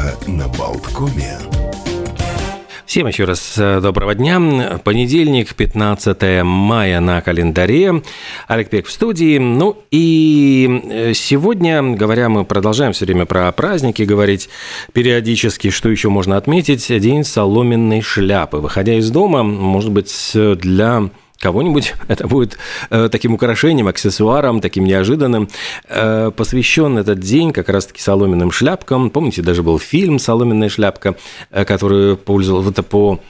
утро на Болткоме. Всем еще раз доброго дня. Понедельник, 15 мая на календаре. Олег Пек в студии. Ну и сегодня, мы продолжаем все время про праздники говорить периодически, что еще можно отметить. День соломенной шляпы. Выходя из дома, может быть, для кого-нибудь это будет таким украшением, аксессуаром, таким неожиданным. Посвящен этот день как раз-таки соломенным шляпкам. Помните, даже был фильм «Соломенная шляпка», который пользовался по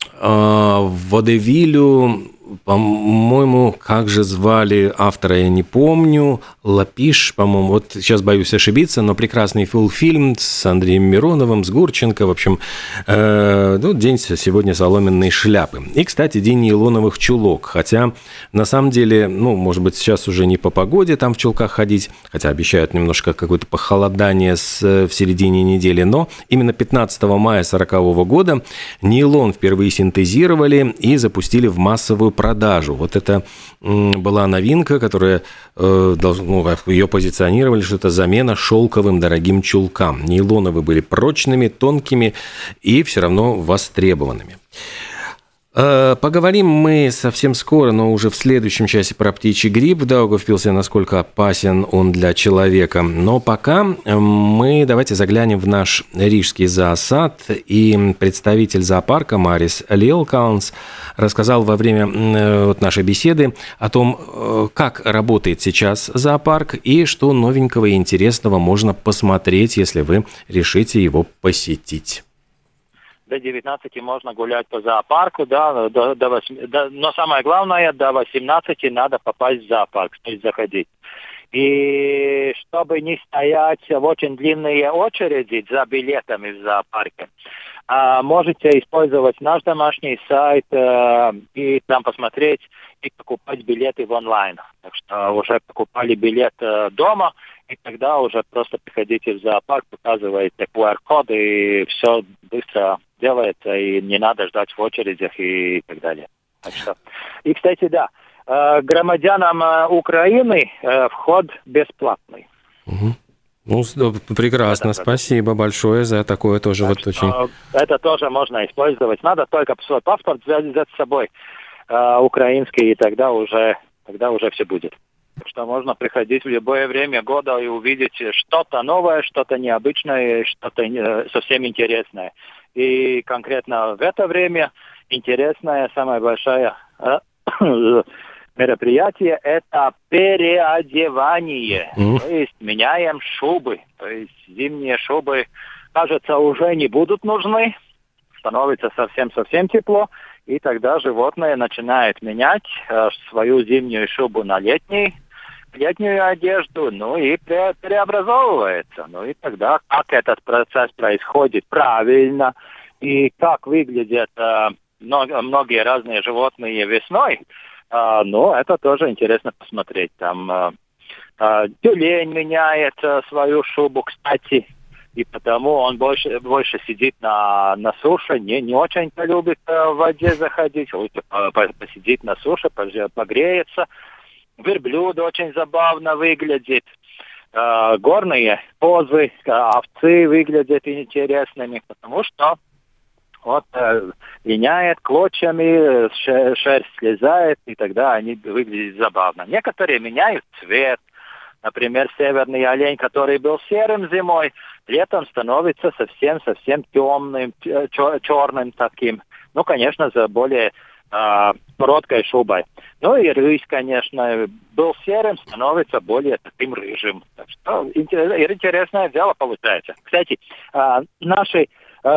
Водевилю. По-моему, как же звали автора, я не помню. Лапиш, по-моему. Вот сейчас боюсь ошибиться, но прекрасный фильм с Андреем Мироновым, с Гурченко. В общем, день сегодня соломенной шляпы. И, кстати, день нейлоновых чулок. Хотя, на самом деле, может быть, сейчас уже не по погоде там в чулках ходить, хотя обещают немножко какое-то похолодание в середине недели. Но именно 15 мая 1940 года нейлон впервые синтезировали и запустили в массовую продажу. Вот это была новинка, которая ее позиционировали, что это замена шелковым дорогим чулкам. Нейлоновые были прочными, тонкими и все равно востребованными. Поговорим мы совсем скоро, но уже в следующем часе про птичий грипп в Даугавпилсе, насколько опасен он для человека. Но пока мы давайте заглянем в наш рижский зоосад. И представитель зоопарка Марис Лиелкалнс рассказал во время нашей беседы о том, как работает сейчас зоопарк и что новенького и интересного можно посмотреть, если вы решите его посетить. До 19 можно гулять по зоопарку, до 8, но самое главное, до 18 надо попасть в зоопарк, то есть заходить. И чтобы не стоять в очень длинные очереди за билетами в зоопарке, можете использовать наш домашний сайт и там посмотреть и покупать билеты в онлайн. Так что уже покупали билет дома, и тогда уже просто приходите в зоопарк, показываете QR-код, и все быстро делается, и не надо ждать в очередях и так далее. Так что. И, кстати, громадянам Украины вход бесплатный. Угу. Прекрасно, спасибо большое за такое тоже. Вот очень. Это тоже можно использовать. Надо только свой паспорт взять с собой украинский, и тогда уже все будет. Так что можно приходить в любое время года и увидеть что-то новое, что-то необычное, что-то совсем интересное. И конкретно в это время интересное, самое большое мероприятие – это переодевание. То есть меняем шубы. То есть зимние шубы, кажется, уже не будут нужны. Становится совсем-совсем тепло. И тогда животное начинает менять свою зимнюю шубу на летнюю одежду, и преобразовывается. И тогда, как этот процесс происходит правильно, и как выглядят многие разные животные весной, это тоже интересно посмотреть. Там тюлень меняет свою шубу, кстати, и потому он больше сидит на суше, не очень-то любит в воде заходить, лучше посидит на суше, погреется. Верблюд очень забавно выглядит. Горные козы, овцы выглядят интересными, потому что линяет клочьями, шерсть слезает, и тогда они выглядят забавно. Некоторые меняют цвет. Например, северный олень, который был серым зимой, летом становится совсем темным, черным таким. Конечно, за более короткой шубой. И рысь, конечно, был серым, становится более таким рыжим. Так что интересное дело получается. Кстати, наши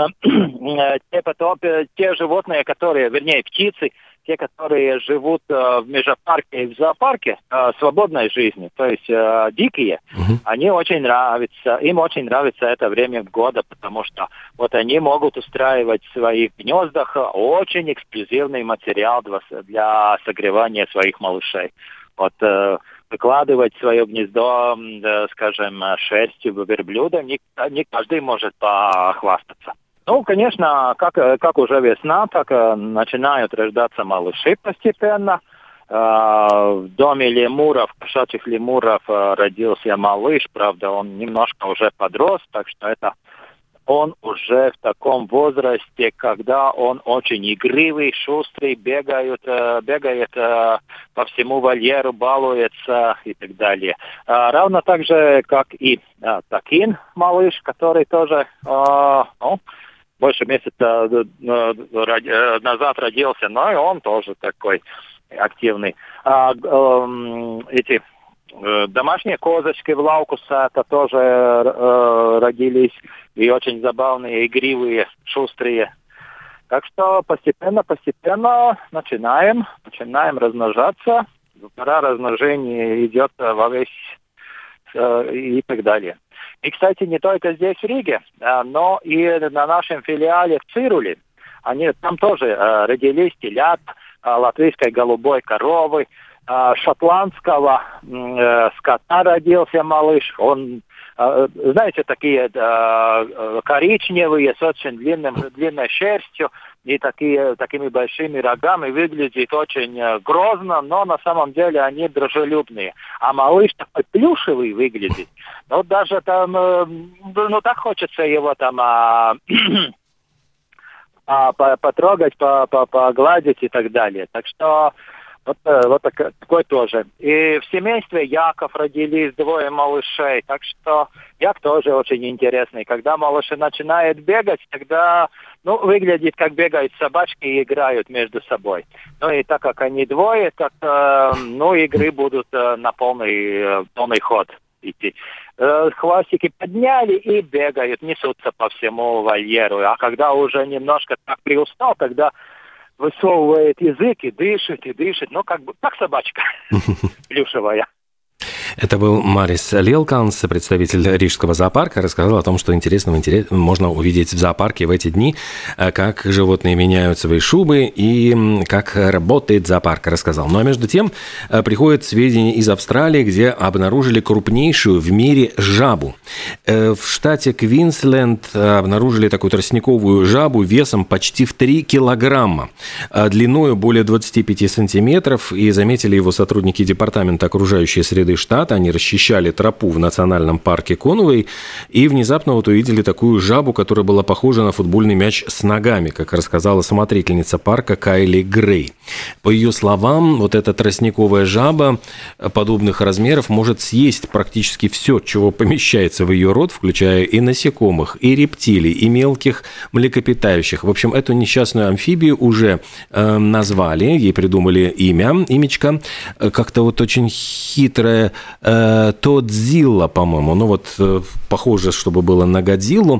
те животные, птицы, те, которые живут в межапарке и в зоопарке, свободной жизни, то есть дикие, они очень нравятся, им очень нравится это время года, потому что они могут устраивать в своих гнездах очень эксклюзивный материал для согревания своих малышей. Выкладывать свое гнездо, скажем, шерстью верблюда, не каждый может похвастаться. Конечно, как уже весна, так начинают рождаться малыши постепенно. В доме лемуров, кошачьих лемуров, родился малыш. Правда, он немножко уже подрос, так что это он уже в таком возрасте, когда он очень игривый, шустрый, бегает по всему вольеру, балуется и так далее. Равно так же, как и Такин, малыш, который тоже больше месяца назад родился, но и он тоже такой активный. Эти домашние козочки в Лаукуса это тоже родились и очень забавные, игривые, шустрые. Так что постепенно начинаем размножаться. Пора размножения идет во весь и так далее. И, кстати, не только здесь, в Риге, но и на нашем филиале в Цируле. Там тоже родились телят, латвийской голубой коровы, шотландского скота родился малыш. Он, знаете, такие коричневые, с очень длинной шерстью и такими большими рогами, выглядит очень грозно, но на самом деле они дружелюбные. А малыш такой плюшевый выглядит. Ну, даже там, так хочется его там потрогать, погладить и так далее. Так что вот такой тоже. И в семействе Яков родились 2 малышей, так что Як тоже очень интересный. Когда малыши начинают бегать, тогда, выглядит, как бегают собачки и играют между собой. Ну и так как они 2, так, игры будут на полный ход идти. Хвостики подняли и бегают, несутся по всему вольеру. А когда уже немножко так приустал, тогда высовывает язык и дышит, как собачка плюшевая. Это был Марис Лелканс, представитель Рижского зоопарка, рассказал о том, что интересного можно увидеть в зоопарке в эти дни, как животные меняют свои шубы и как работает зоопарк, рассказал. Ну а между тем приходят сведения из Австралии, где обнаружили крупнейшую в мире жабу. В штате Квинсленд обнаружили такую тростниковую жабу весом почти в 3 килограмма, длиною более 25 сантиметров, и заметили его сотрудники департамента окружающей среды штата. Они расчищали тропу в национальном парке Конуэй и внезапно увидели такую жабу, которая была похожа на футбольный мяч с ногами, как рассказала смотрительница парка Кайли Грей. По ее словам, эта тростниковая жаба подобных размеров может съесть практически все, чего помещается в ее рот, включая и насекомых, и рептилий, и мелких млекопитающих. В общем, эту несчастную амфибию уже назвали, ей придумали имечко, как-то очень хитрое, Тодзилла, по-моему, похоже, чтобы было на Годзиллу,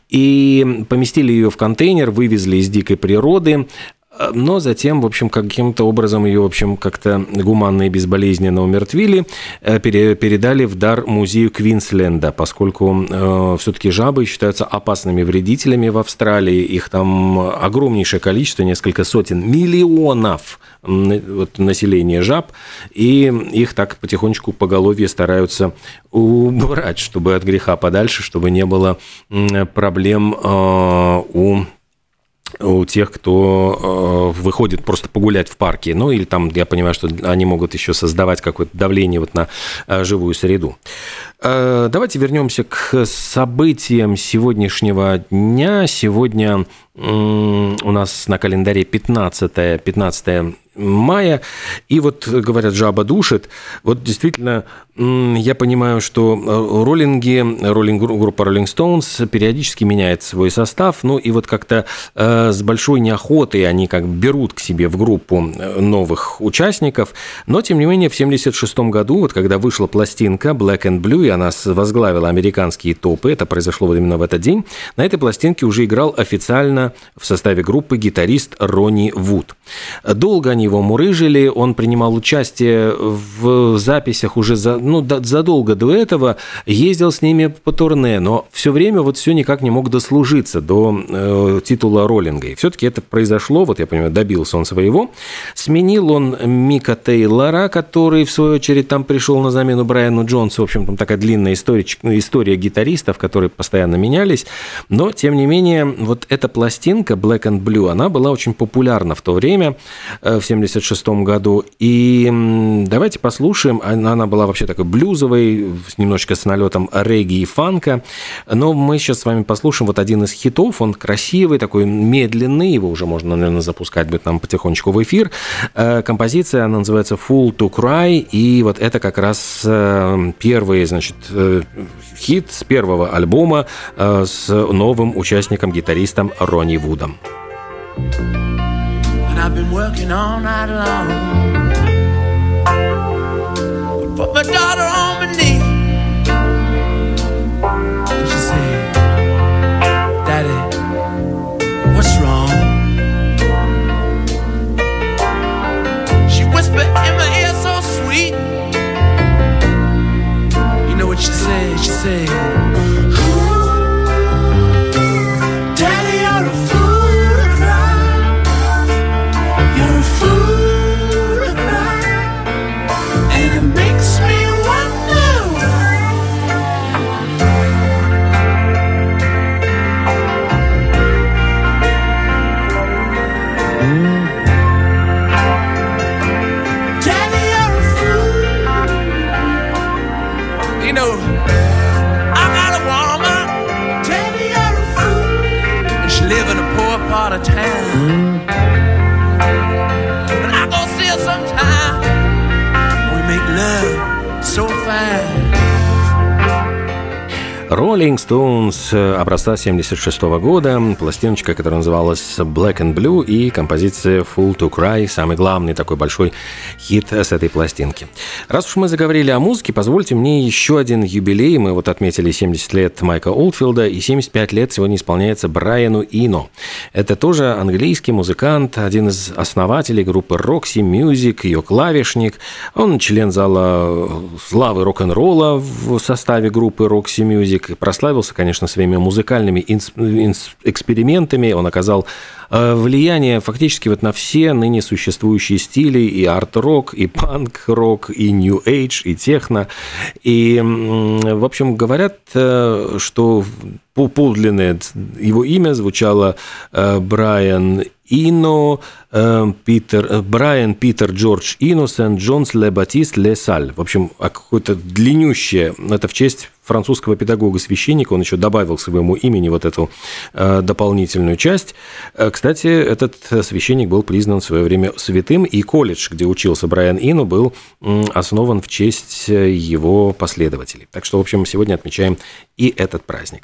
и поместили ее в контейнер, вывезли из дикой природы, но затем, в общем, каким-то образом ее, в общем, как-то гуманно и безболезненно умертвили, передали в дар музею Квинсленда, поскольку все-таки жабы считаются опасными вредителями в Австралии, их там огромнейшее количество, несколько сотен миллионов населения жаб, и их так потихонечку поголовье стараются убрать, чтобы от греха подальше, чтобы не было проблем у тех, кто выходит просто погулять в парке. Или там, я понимаю, что они могут еще создавать какое-то давление на живую среду. Давайте вернемся к событиям сегодняшнего дня. Сегодня у нас на календаре 15 мая, и говорят, жаба душит. Действительно, я понимаю, что группа Rolling Stones периодически меняет свой состав, и как-то с большой неохотой они берут к себе в группу новых участников, но, тем не менее, в 1976 году, когда вышла пластинка Black and Blue, и она возглавила американские топы, это произошло именно в этот день, на этой пластинке уже играл официально в составе группы гитарист Ронни Вуд. Долго они его мурыжили, он принимал участие в записях уже задолго до этого, ездил с ними по турне, но все время все никак не мог дослужиться до титула роллинга. И все-таки это произошло, я понимаю, добился он своего. Сменил он Мика Тейлора, который, в свою очередь, там пришел на замену Брайану Джонсу. В общем, там такая длинная история гитаристов, которые постоянно менялись. Но, тем не менее, эта пластинка Black and Blue, она была очень популярна в то время. В 1976 году. И давайте послушаем. Она была вообще такой блюзовой, немножечко с налетом регги и фанка. Но мы сейчас с вами послушаем вот один из хитов. Он красивый, такой медленный. Его уже можно, наверное, запускать будет нам потихонечку в эфир. Композиция, она называется «Fool to Cry». И вот это как раз первый, значит, хит с первого альбома с новым участником-гитаристом Ронни Вудом. I've been working all night long. Put my daughter on my knee. And she said, Daddy, what's wrong? She whispered in my ear so sweet. You know what she said? She said, part of town, and I go see her sometime. We make love so fine. Rolling Stones образца 1976 года, пластиночка, которая называлась Black and Blue, и композиция Fool to Cry, самый главный такой большой хит с этой пластинки. Раз уж мы заговорили о музыке, позвольте мне еще один юбилей. Мы вот отметили 70 лет Майка Олдфилда, и 75 лет сегодня исполняется Брайану Ино. Это тоже английский музыкант, один из основателей группы Roxy Music, ее клавишник. Он член зала славы рок-н-ролла в составе группы Roxy Music. Прославился, конечно, своими музыкальными экспериментами. Он оказал влияние фактически вот на все ныне существующие стили: и арт-рок, и панк-рок, и нью-эйдж, и техно. И, в общем, говорят, что подлинное его имя звучало Брайан Ино, Брайан Питер Джордж Ино Сент-Джонс Ле Батист Ле Саль. В общем, какое-то длиннющее, это в честь французского педагога-священника, он еще добавил к своему имени вот эту дополнительную часть. Кстати, этот священник был признан в свое время святым, и колледж, где учился Брайан Ино, был основан в честь его последователей. Так что, в общем, сегодня отмечаем и этот праздник.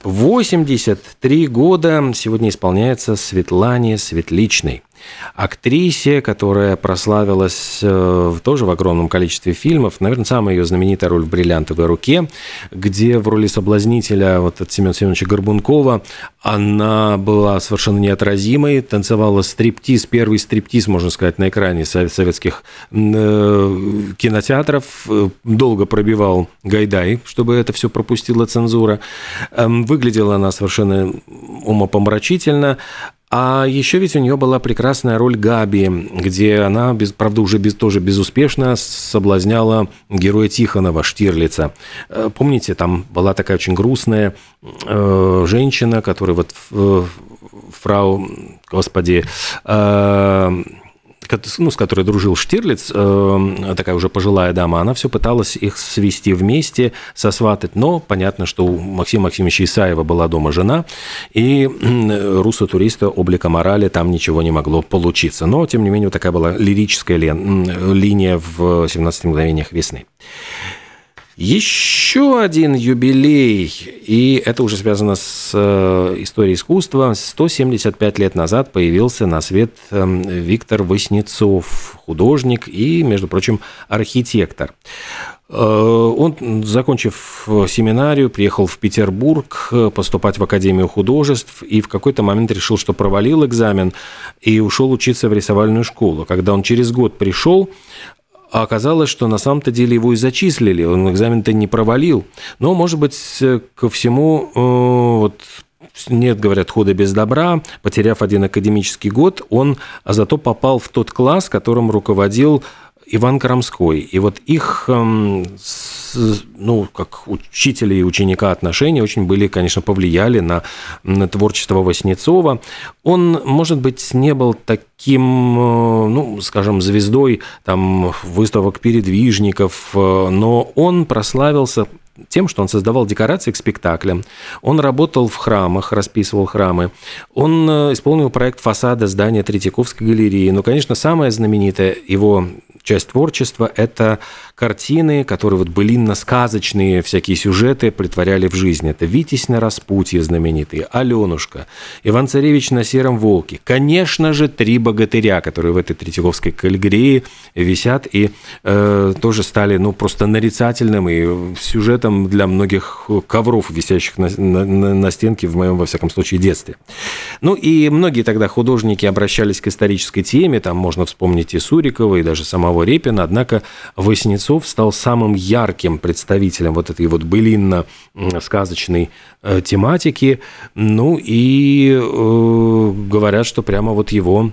83 года сегодня исполняется Светлане Светличной, актрисе, которая прославилась тоже в огромном количестве фильмов. Наверное, самая ее знаменитая роль в «Бриллиантовой руке», где в роли соблазнителя вот от Семена Семеновича Горбункова она была совершенно неотразимой, танцевала стриптиз, первый стриптиз, можно сказать, на экране советских кинотеатров. Долго пробивал Гайдай, чтобы это все пропустила цензура. Выглядела она совершенно умопомрачительно. А еще ведь у нее была прекрасная роль Габи, где она, правда, уже тоже безуспешно соблазняла героя Тихонова, Штирлица. Помните, там была такая очень грустная женщина, которая вот фрау, господи, с которой дружил Штирлиц, такая уже пожилая дама, она все пыталась их свести вместе, сосватать, но понятно, что у Максима Максимовича Исаева была дома жена, и руссо-туриста облика морали там ничего не могло получиться. Но, тем не менее, вот такая была лирическая линия в «17 мгновениях весны». Еще один юбилей, и это уже связано с историей искусства. 175 лет назад появился на свет Виктор Васнецов, художник и, между прочим, архитектор. Он, закончив семинарию, приехал в Петербург поступать в Академию художеств и в какой-то момент решил, что провалил экзамен и ушел учиться в рисовальную школу. Когда он через год пришел, а оказалось, что на самом-то деле его и зачислили, он экзамен-то не провалил. Но, может быть, ко всему, вот, нет, говорят, хода без добра. Потеряв один академический год, он зато попал в тот класс, которым руководил Иван Карамской. И вот их, как учителя и ученика отношения очень были, конечно, повлияли на творчество Васнецова. Он, может быть, не был таким, скажем, звездой там, выставок передвижников, но он прославился тем, что он создавал декорации к спектаклям, он работал в храмах, расписывал храмы, он исполнил проект фасада здания Третьяковской галереи. Но, конечно, самая знаменитая его часть творчества – это картины, которые вот былинно-сказочные всякие сюжеты притворяли в жизнь. Это «Витязь на распутье» знаменитый, «Аленушка», «Иван-царевич на сером волке». Конечно же, «Три богатыря», которые в этой Третьяковской галерее висят и тоже стали просто нарицательным и сюжетом для многих ковров, висящих на стенке в моем, во всяком случае, детстве. И многие тогда художники обращались к исторической теме, там можно вспомнить и Сурикова, и даже самого Репина, однако Васнецов стал самым ярким представителем вот этой вот былинно-сказочной тематики, и говорят, что прямо вот его,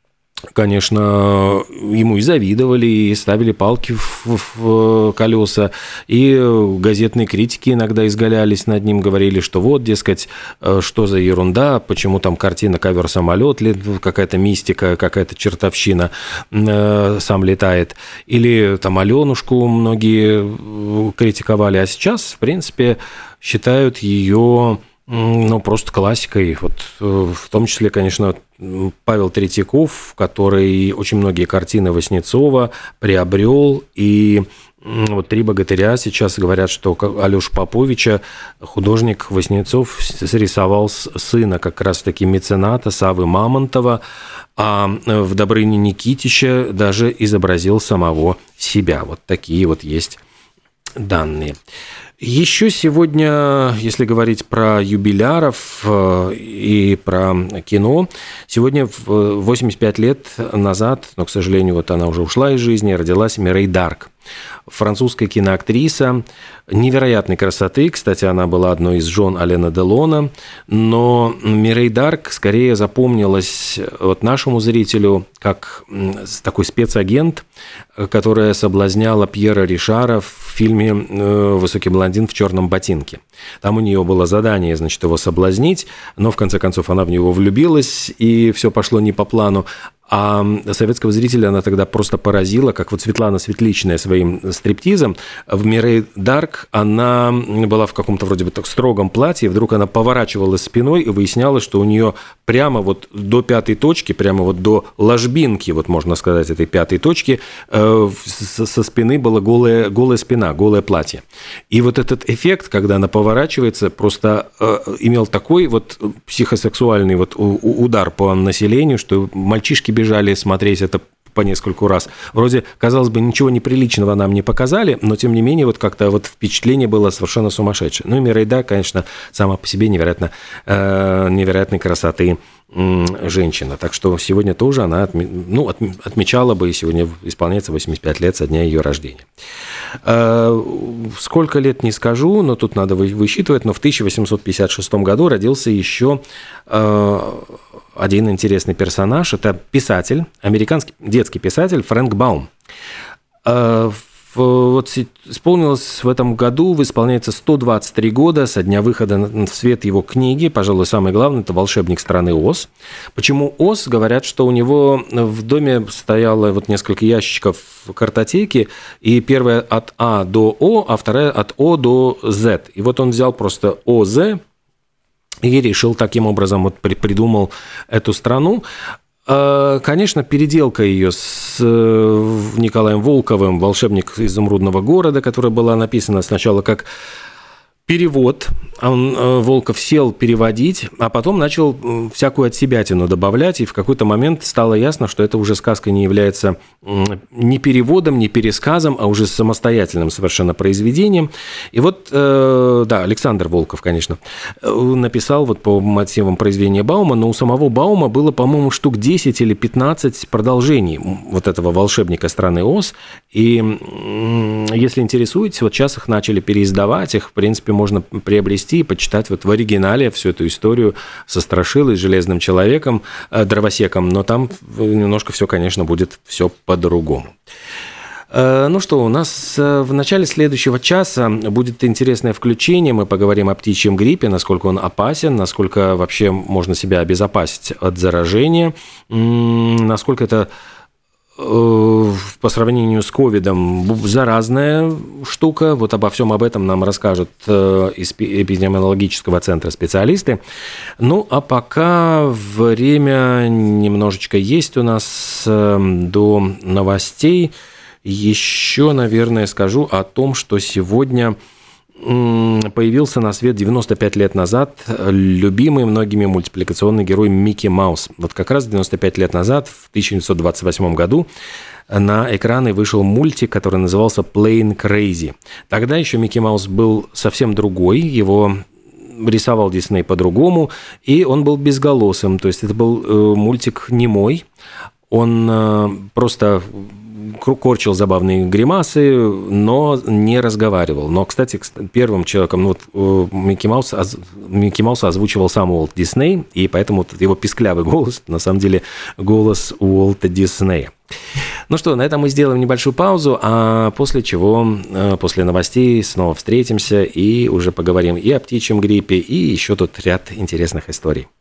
конечно, ему и завидовали, и ставили палки в колеса, и газетные критики иногда изгалялись над ним, говорили, что вот, дескать, что за ерунда, почему там картина «Ковер-самолет», какая-то мистика, какая-то чертовщина, сам летает, или там «Аленушку» многие критиковали, а сейчас, в принципе, считают ее просто классикой. Вот, в том числе, конечно, Павел Третьяков, который очень многие картины Васнецова приобрел, и вот «Три богатыря» сейчас говорят, что Алёшу Поповича художник Васнецов срисовал сына как раз-таки мецената Саввы Мамонтова, а в «Добрыне Никитича» даже изобразил самого себя. Вот такие вот есть данные. Еще сегодня, если говорить про юбиляров и про кино, сегодня 85 лет назад, но, к сожалению, вот она уже ушла из жизни, родилась Мирей Дарк. Французская киноактриса невероятной красоты. Кстати, она была одной из жен Алена Делона. Но Мирей Дарк скорее запомнилась вот нашему зрителю как такой спецагент, которая соблазняла Пьера Ришара в фильме «Высокий блондин в черном ботинке». Там у нее было задание, значит, его соблазнить, но в конце концов она в него влюбилась, и все пошло не по плану. А советского зрителя она тогда просто поразила, как вот Светлана Светличная своим стриптизом. В Мирей Дарк она была в каком-то вроде бы так строгом платье, вдруг она поворачивалась спиной, и выяснялось, что у нее прямо вот до пятой точки, прямо вот до ложбинки, вот можно сказать, этой пятой точки, со спины была голая спина, голое платье. И вот этот эффект, когда она поворачивается, просто имел такой вот психосексуальный вот удар по населению, что мальчишки бежали смотреть это по нескольку раз. Вроде, казалось бы, ничего неприличного нам не показали, но, тем не менее, вот как-то вот впечатление было совершенно сумасшедшее. И Мирей Дарк, конечно, сама по себе невероятной красоты женщина. Так что сегодня тоже она отмечала бы, и сегодня исполняется 85 лет со дня ее рождения. Сколько лет не скажу, но тут надо высчитывать, но в 1856 году родился еще один интересный персонаж. Это писатель, американский детский писатель Фрэнк Баум. Вот исполнилось в этом году, исполняется 123 года со дня выхода в свет его книги. Пожалуй, самое главное – это «Волшебник страны Оз». Почему Оз? Говорят, что у него в доме стояло вот несколько ящичков картотеки, и первая от А до О, а вторая от О до З. И вот он взял просто ОЗ и решил таким образом, вот придумал эту страну. Конечно, переделка ее с Николаем Волковым «Волшебник изумрудного города», которая была написана сначала как перевод. Волков сел переводить, а потом начал всякую отсебятину добавлять, и в какой-то момент стало ясно, что это уже сказка не является ни переводом, ни пересказом, а уже самостоятельным совершенно произведением. И вот, Александр Волков, конечно, написал вот по мотивам произведения Баума, но у самого Баума было, по-моему, штук 10 или 15 продолжений вот этого «Волшебника страны Оз». И если интересуетесь, вот сейчас их начали переиздавать, их, в принципе, можно приобрести и почитать вот в оригинале всю эту историю со Страшилой, с Железным человеком, дровосеком, но там немножко все, конечно, будет все по-другому. Ну что, у нас в начале следующего часа будет интересное включение. Мы поговорим о птичьем гриппе, насколько он опасен, насколько вообще можно себя обезопасить от заражения, насколько это по сравнению с ковидом заразная штука. Вот обо всем об этом нам расскажут из эпидемиологического центра специалисты. Ну, а пока время немножечко есть у нас до новостей. Еще, наверное, скажу о том, что сегодня появился на свет 95 лет назад любимый многими мультипликационный герой Микки Маус. Вот как раз 95 лет назад, в 1928 году, на экраны вышел мультик, который назывался «Plane Crazy». Тогда еще Микки Маус был совсем другой, его рисовал Дисней по-другому, и он был безголосым, то есть это был мультик немой, он просто корчил забавные гримасы, но не разговаривал. Но, кстати, первым человеком Микки Мауса озвучивал сам Уолт Дисней, и поэтому его писклявый голос, на самом деле, голос Уолта Диснея. Ну что, на этом мы сделаем небольшую паузу, а после чего, после новостей, снова встретимся и уже поговорим и о птичьем гриппе, и еще тут ряд интересных историй.